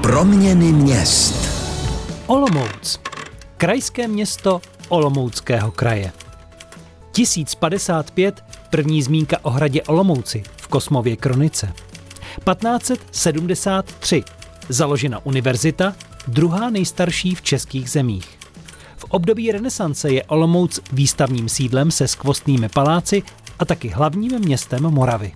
Proměny měst. Olomouc. Krajské město Olomouckého kraje. 1055. První zmínka o hradě Olomouci v Kosmově kronice. 1573. Založena univerzita, druhá nejstarší v českých zemích. V období renesance je Olomouc výstavním sídlem se skvostnými paláci a taky hlavním městem Moravy.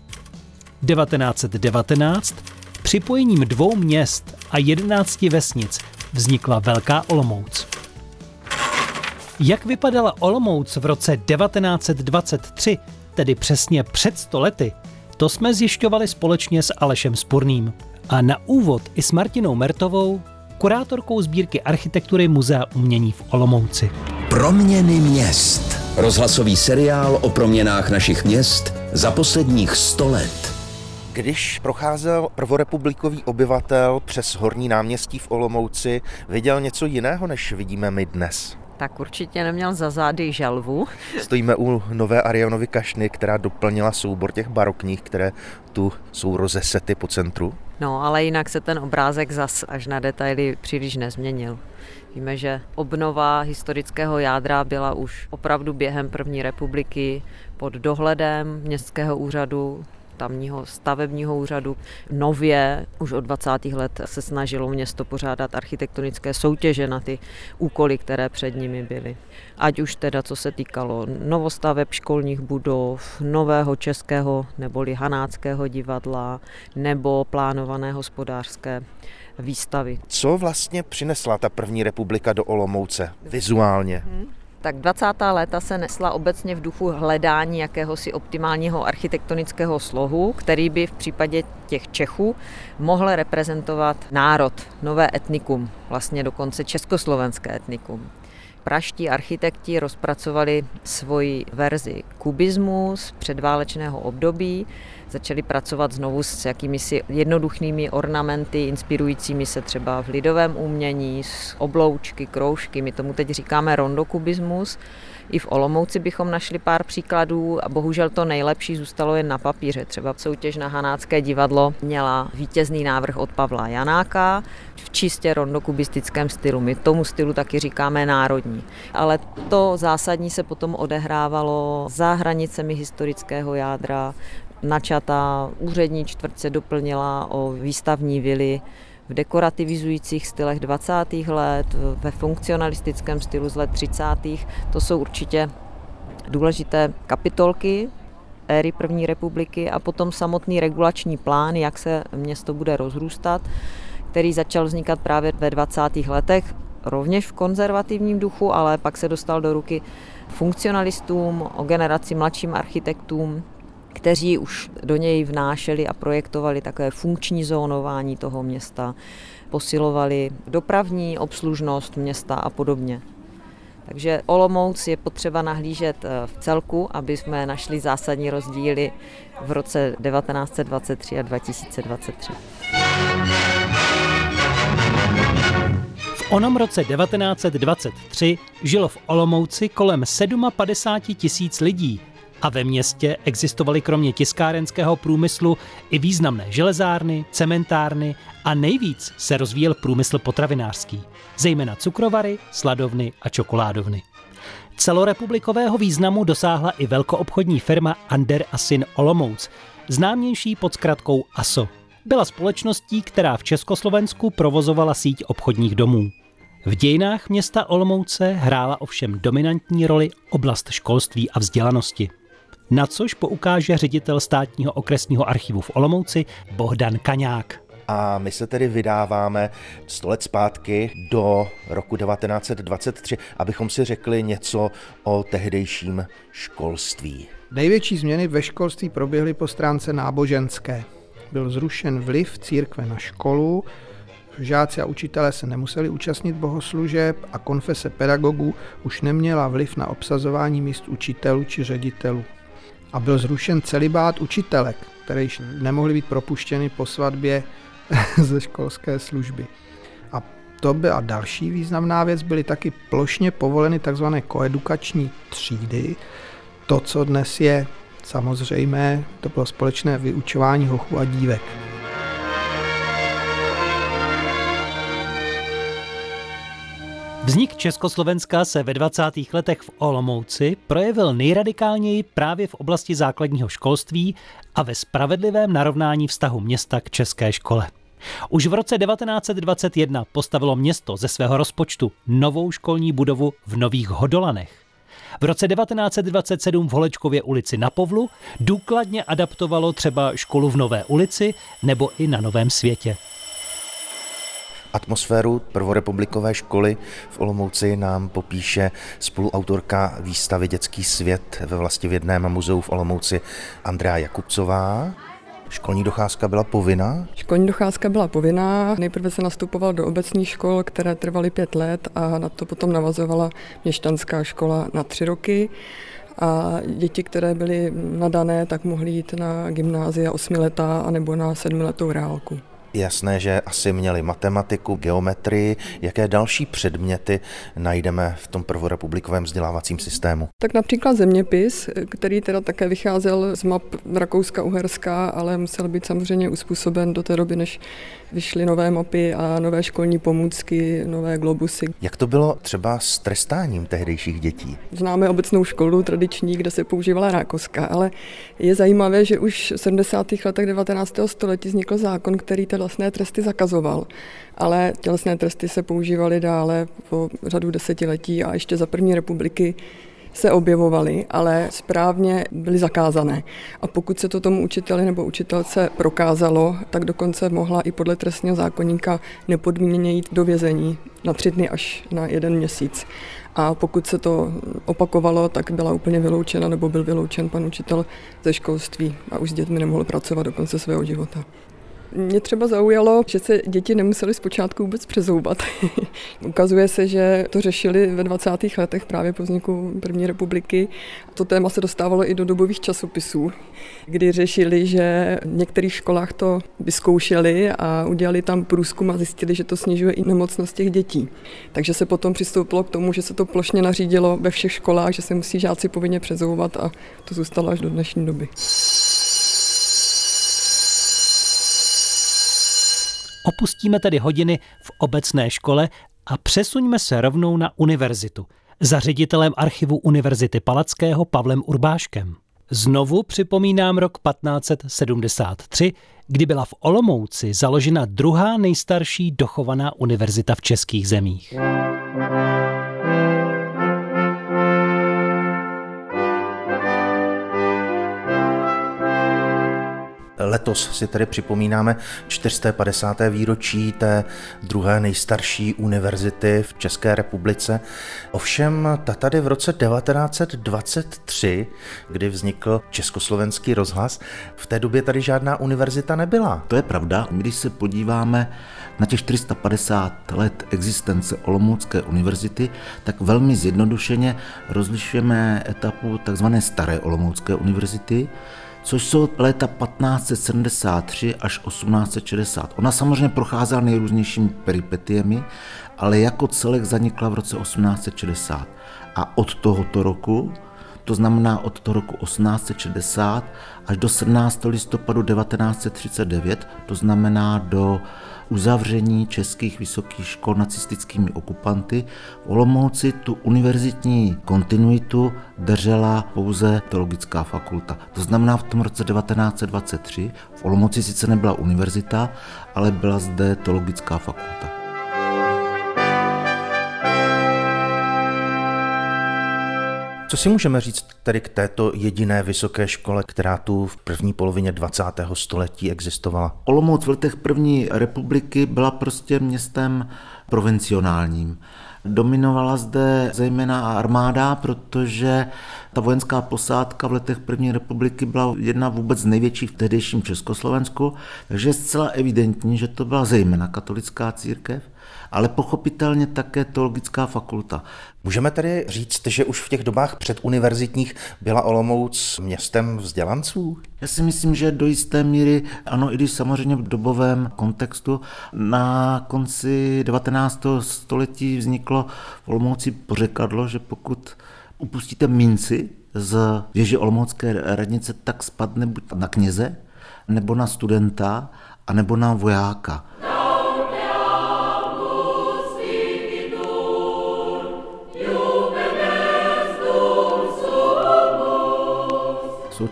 1919. Připojením 2 měst a 11 vesnic vznikla Velká Olomouc. Jak vypadala Olomouc v roce 1923, tedy přesně před 100 lety, to jsme zjišťovali společně s Alešem Spurným. A na úvod i s Martinou Mertovou, kurátorkou sbírky architektury Muzea umění v Olomouci. Proměny měst. Rozhlasový seriál o proměnách našich měst za posledních 100 let. Když procházel prvorepublikový obyvatel přes Horní náměstí v Olomouci, viděl něco jiného, než vidíme my dnes? Tak určitě neměl za zády žalvu. Stojíme u nové Arianovy kašny, která doplnila soubor těch barokních, které tu jsou rozesety po centru. No, ale jinak se ten obrázek zas až na detaily příliš nezměnil. Víme, že obnova historického jádra byla už opravdu během první republiky pod dohledem městského úřadu, tamního stavebního úřadu. Nově už od 20. let se snažilo město pořádat architektonické soutěže na ty úkoly, které před nimi byly. Ať už teda co se týkalo novostaveb školních budov, nového českého neboli hanáckého divadla nebo plánované hospodářské výstavy. Co vlastně přinesla ta první republika do Olomouce vizuálně? Tak 20. léta se nesla obecně v duchu hledání jakéhosi optimálního architektonického slohu, který by v případě těch Čechů mohl reprezentovat národ, nové etnikum, vlastně dokonce československé etnikum. Praští architekti rozpracovali svoji verzi kubismu z předválečného období, začali pracovat znovu s jakýmisi jednoduchými ornamenty, inspirujícími se třeba v lidovém umění, s obloučky, kroužky, my tomu teď říkáme rondokubismus. I v Olomouci bychom našli pár příkladů a bohužel to nejlepší zůstalo jen na papíře. Třeba soutěž na Hanácké divadlo měla vítězný návrh od Pavla Janáka v čistě rondokubistickém stylu. My tomu stylu taky říkáme národní. Ale to zásadní se potom odehrávalo za hranicemi historického jádra. Načatá úřední čtvrť se doplnila o výstavní vily v dekorativizujících stylech 20. let, ve funkcionalistickém stylu z let 30. To jsou určitě důležité kapitolky éry první republiky a potom samotný regulační plán, jak se město bude rozrůstat, který začal vznikat právě ve 20. letech, rovněž v konzervativním duchu, ale pak se dostal do ruky funkcionalistům, o generaci mladším architektům, kteří už do něj vnášeli a projektovali takové funkční zónování toho města, posilovali dopravní obslužnost města a podobně. Takže Olomouc je potřeba nahlížet v celku, aby jsme našli zásadní rozdíly v roce 1923 a 2023. V onom roce 1923 žilo v Olomouci kolem 57 000 lidí a ve městě existovaly kromě tiskárenského průmyslu i významné železárny, cementárny a nejvíc se rozvíjel průmysl potravinářský, zejména cukrovary, sladovny a čokoládovny. Celorepublikového významu dosáhla i velkoobchodní firma Ander & Syn Olomouc, známější pod zkratkou ASO. Byla společností, která v Československu provozovala síť obchodních domů. V dějinách města Olomouce hrála ovšem dominantní roli oblast školství a vzdělanosti. Na což poukáže ředitel státního okresního archivu v Olomouci Bohdan Kaňák. A my se tedy vydáváme 100 let zpátky do roku 1923, abychom si řekli něco o tehdejším školství. Největší změny ve školství proběhly po stránce náboženské. Byl zrušen vliv církve na školu, žáci a učitelé se nemuseli účastnit bohoslužeb a konfese pedagogů už neměla vliv na obsazování míst učitelů či ředitelů. A byl zrušen celibát učitelek, které již nemohly být propuštěny po svatbě ze školské služby. A to byla další významná věc, byly taky plošně povoleny tzv. Koedukační třídy. To, co dnes je samozřejmé, to bylo společné vyučování hochů a dívek. Vznik Československa se ve 20. letech v Olomouci projevil nejradikálněji právě v oblasti základního školství a ve spravedlivém narovnání vztahu města k české škole. Už v roce 1921 postavilo město ze svého rozpočtu novou školní budovu v Nových Hodolanech. V roce 1927 v Holečkově ulici na Povlu důkladně adaptovalo třeba školu v Nové ulici nebo i na Novém Světě. Atmosféru prvorepublikové školy v Olomouci nám popíše spoluautorka výstavy Dětský svět ve Vlastivědném muzeu v Olomouci Andrea Jakubcová. Školní docházka byla povinná? Školní docházka byla povinná. Nejprve se nastupoval do obecních škol, které trvaly 5 let a na to potom navazovala měšťanská škola na 3 roky. A děti, které byly nadané, tak mohly jít na gymnázia 8letá anebo na 7letou reálku. Jasné, že asi měli matematiku, geometrii. Jaké další předměty najdeme v tom prvorepublikovém vzdělávacím systému? Tak například zeměpis, který teda také vycházel z map Rakouska-Uherska, ale musel být samozřejmě uspůsoben do té doby, než vyšly nové mapy a nové školní pomůcky, nové globusy. Jak to bylo třeba s trestáním tehdejších dětí? Známe obecnou školu tradiční, kde se používala rákoska, ale je zajímavé, že už v 70. letech 19. století vznikl zákon, který tělesné tresty zakazoval. Ale tělesné tresty se používaly dále po řadu desetiletí a ještě za první republiky se objevovaly, ale správně byly zakázané. A pokud se to tomu učiteli nebo učitelce prokázalo, tak dokonce mohla i podle trestního zákoníka nepodmíněně jít do vězení na 3 dny až na 1 měsíc. A pokud se to opakovalo, tak byla úplně vyloučena nebo byl vyloučen pan učitel ze školství a už s dětmi nemohl pracovat do konce svého života. Mě třeba zaujalo, že se děti nemusely zpočátku vůbec přezoubat. Ukazuje se, že to řešili ve 20. letech právě po vzniku první republiky. To téma se dostávalo i do dobových časopisů, kdy řešili, že v některých školách to vyzkoušeli a udělali tam průzkum a zjistili, že to snižuje i nemocnost těch dětí. Takže se potom přistoupilo k tomu, že se to plošně nařídilo ve všech školách, že se musí žáci povinně přezouvat a to zůstalo až do dnešní doby. Opustíme tedy hodiny v obecné škole a přesuňme se rovnou na univerzitu. Za ředitelem archivu Univerzity Palackého Pavlem Urbáškem. Znovu připomínám rok 1573, kdy byla v Olomouci založena druhá nejstarší dochovaná univerzita v českých zemích. Letos si tedy připomínáme 450. výročí té druhé nejstarší univerzity v České republice. Ovšem ta tady v roce 1923, kdy vznikl Československý rozhlas, v té době tady žádná univerzita nebyla. To je pravda. Když se podíváme na těch 450 let existence Olomoucké univerzity, tak velmi zjednodušeně rozlišujeme etapu tzv. Staré Olomoucké univerzity, což jsou léta 1573 až 1860. Ona samozřejmě procházela nejrůznějšími peripetiemi, ale jako celek zanikla v roce 1860. A od tohoto roku, to znamená od toho roku 1860 až do 17. listopadu 1939, to znamená do uzavření českých vysokých škol nacistickými okupanty, v Olomouci tu univerzitní kontinuitu držela pouze teologická fakulta. To znamená, v tom roce 1923 v Olomouci sice nebyla univerzita, ale byla zde teologická fakulta. Co si můžeme říct tedy k této jediné vysoké škole, která tu v první polovině 20. století existovala? Olomouc v letech první republiky byla prostě městem provincionálním. Dominovala zde zejména armáda, protože ta vojenská posádka v letech první republiky byla jedna vůbec z největších v tehdejším Československu, takže je zcela evidentní, že to byla zejména katolická církev, ale pochopitelně také teologická fakulta. Můžeme tedy říct, že už v těch dobách předuniverzitních byla Olomouc městem vzdělanců? Já si myslím, že do jisté míry, ano, i když samozřejmě v dobovém kontextu, na konci 19. století vzniklo v Olomouci pořekadlo, že pokud upustíte minci z věže olomoucké radnice, tak spadne buď na kněze, nebo na studenta, anebo na vojáka.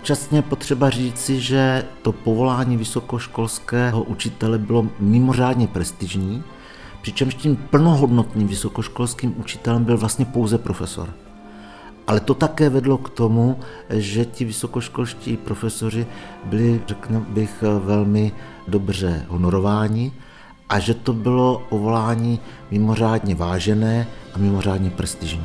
Současně potřeba říci, že to povolání vysokoškolského učitele bylo mimořádně prestižní, přičemž tím plnohodnotným vysokoškolským učitelem byl vlastně pouze profesor. Ale to také vedlo k tomu, že ti vysokoškolští profesoři byli, řeknu bych, velmi dobře honorováni a že to bylo povolání mimořádně vážené a mimořádně prestižní.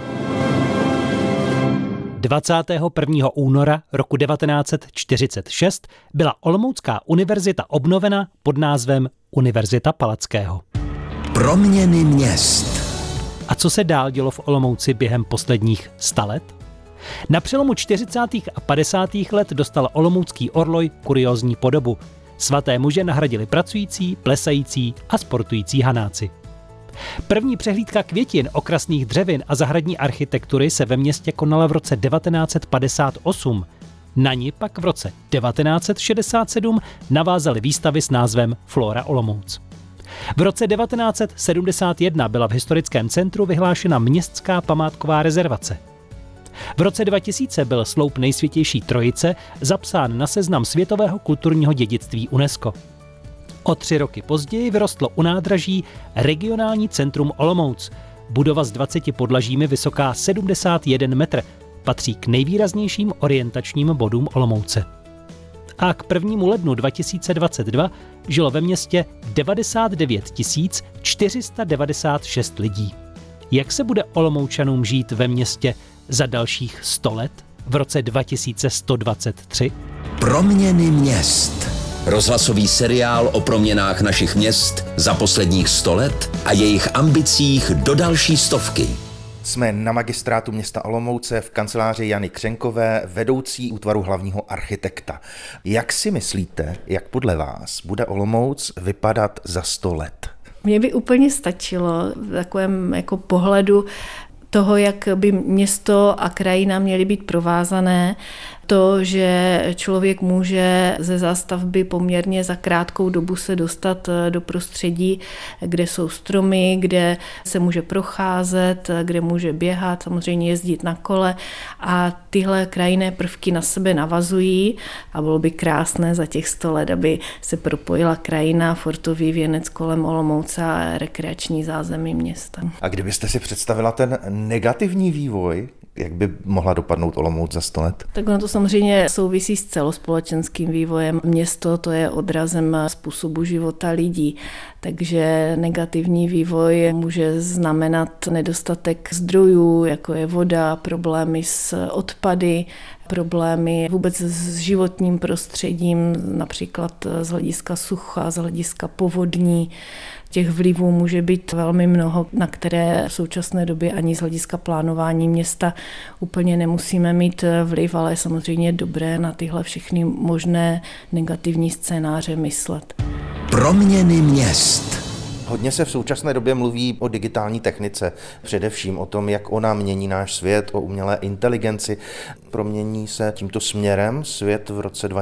21. února roku 1946 byla Olomoucká univerzita obnovena pod názvem Univerzita Palackého. Proměny měst. A co se dál dělo v Olomouci během posledních 100 let? Na přelomu 40. a 50. let dostal olomoucký orloj kuriózní podobu. Svaté muže nahradili pracující, plesající a sportující hanáci. První přehlídka květin, okrasných dřevin a zahradní architektury se ve městě konala v roce 1958. Na ní pak v roce 1967 navázaly výstavy s názvem Flora Olomouc. V roce 1971 byla v historickém centru vyhlášena městská památková rezervace. V roce 2000 byl sloup Nejsvětější Trojice zapsán na seznam světového kulturního dědictví UNESCO. O 3 roky později vyrostlo u nádraží regionální centrum Olomouc. Budova s 20 podlažími vysoká 71 metr patří k nejvýraznějším orientačním bodům Olomouce. A k 1. lednu 2022 žilo ve městě 99 496 lidí. Jak se bude Olomoučanům žít ve městě za dalších 100 let v roce 2123? Proměny měst. Rozhlasový seriál o proměnách našich měst za posledních 100 let a jejich ambicích do další stovky. Jsme na magistrátu města Olomouce v kanceláři Jany Křenkové, vedoucí útvaru hlavního architekta. Jak si myslíte, jak podle vás bude Olomouc vypadat za 100 let? Mně by úplně stačilo v takovém jako pohledu toho, jak by město a krajina měly být provázané, to, že člověk může ze zástavby poměrně za krátkou dobu se dostat do prostředí, kde jsou stromy, kde se může procházet, kde může běhat, samozřejmě jezdit na kole a tyhle krajinné prvky na sebe navazují a bylo by krásné za těch 100 let, aby se propojila krajina, fortový věnec kolem Olomouce a rekreační zázemí města. A kdybyste si představila ten negativní vývoj, jak by mohla dopadnout Olomouc za 100 let? Tak ono to samozřejmě souvisí s celospolečenským vývojem. Město to je odrazem způsobu života lidí, takže negativní vývoj může znamenat nedostatek zdrojů, jako je voda, problémy s odpady, problémy vůbec s životním prostředím, například z hlediska sucha, z hlediska povodní. Těch vlivů může být velmi mnoho, na které v současné době ani z hlediska plánování města úplně nemusíme mít vliv, ale je samozřejmě dobré na tyhle všechny možné negativní scénáře myslet. Proměny měst. Hodně se v současné době mluví o digitální technice, především o tom, jak ona mění náš svět, o umělé inteligenci. Promění se tímto směrem svět v roce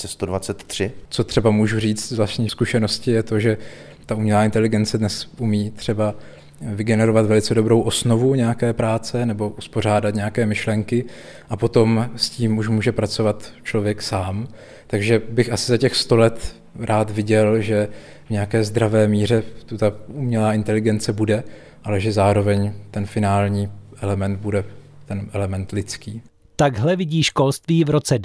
2123? Co třeba můžu říct z vlastní zkušenosti je to, že ta umělá inteligence dnes umí třeba vygenerovat velice dobrou osnovu nějaké práce nebo uspořádat nějaké myšlenky a potom s tím už může pracovat člověk sám. Takže bych asi za těch 100 let rád viděl, že v nějaké zdravé míře tu ta umělá inteligence bude, ale že zároveň ten finální element bude ten element lidský. Takhle vidí školství v roce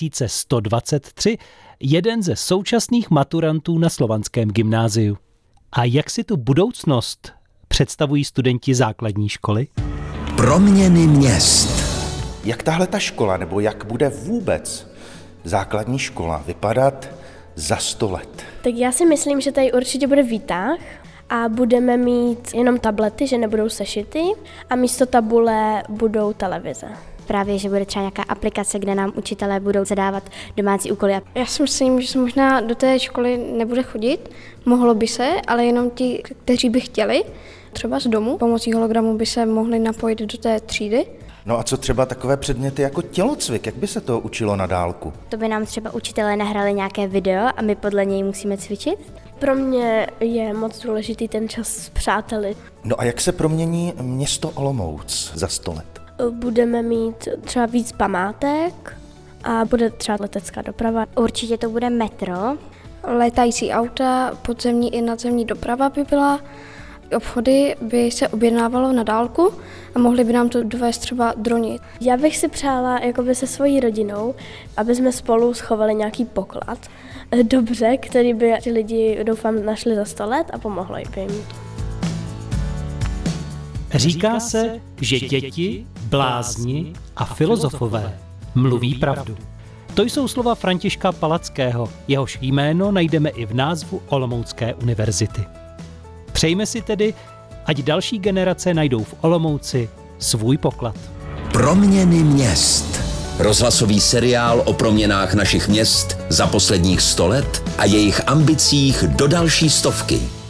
2123 jeden ze současných maturantů na Slovanském gymnáziu. A jak si tu budoucnost představují studenti základní školy? Proměny měst. Jak tahle ta škola, nebo jak bude vůbec základní škola vypadat za 100 let? Tak já si myslím, že tady určitě bude výtah a budeme mít jenom tablety, že nebudou sešity a místo tabule budou televize. Právě, že bude třeba nějaká aplikace, kde nám učitelé budou zadávat domácí úkoly. Já si myslím, že se možná do té školy nebude chodit, mohlo by se, ale jenom ti, kteří by chtěli, třeba z domu, pomocí hologramu by se mohli napojit do té třídy. No a co třeba takové předměty jako tělocvik, jak by se to učilo na dálku? To by nám třeba učitelé nahrali nějaké video a my podle něj musíme cvičit? Pro mě je moc důležitý ten čas s přáteli. No a jak se promění město Olomouc za 100 let? Budeme mít třeba víc památek a bude třeba letecká doprava. Určitě to bude metro. Létající auta, podzemní i nadzemní doprava by byla. Obchody by se objednávalo na dálku a mohli by nám to dovést třeba droni. Já bych si přála jakoby se svojí rodinou, aby jsme spolu schovali nějaký poklad. Dobře, který by ti lidi, doufám, našli za 100 let a pomohlo jim. Říká se, že děti, blázni a filozofové mluví pravdu. To jsou slova Františka Palackého, jehož jméno najdeme i v názvu Olomoucké univerzity. Přejme si tedy, ať další generace najdou v Olomouci svůj poklad. Proměny měst. Rozhlasový seriál o proměnách našich měst za posledních 100 let a jejich ambicích do další stovky.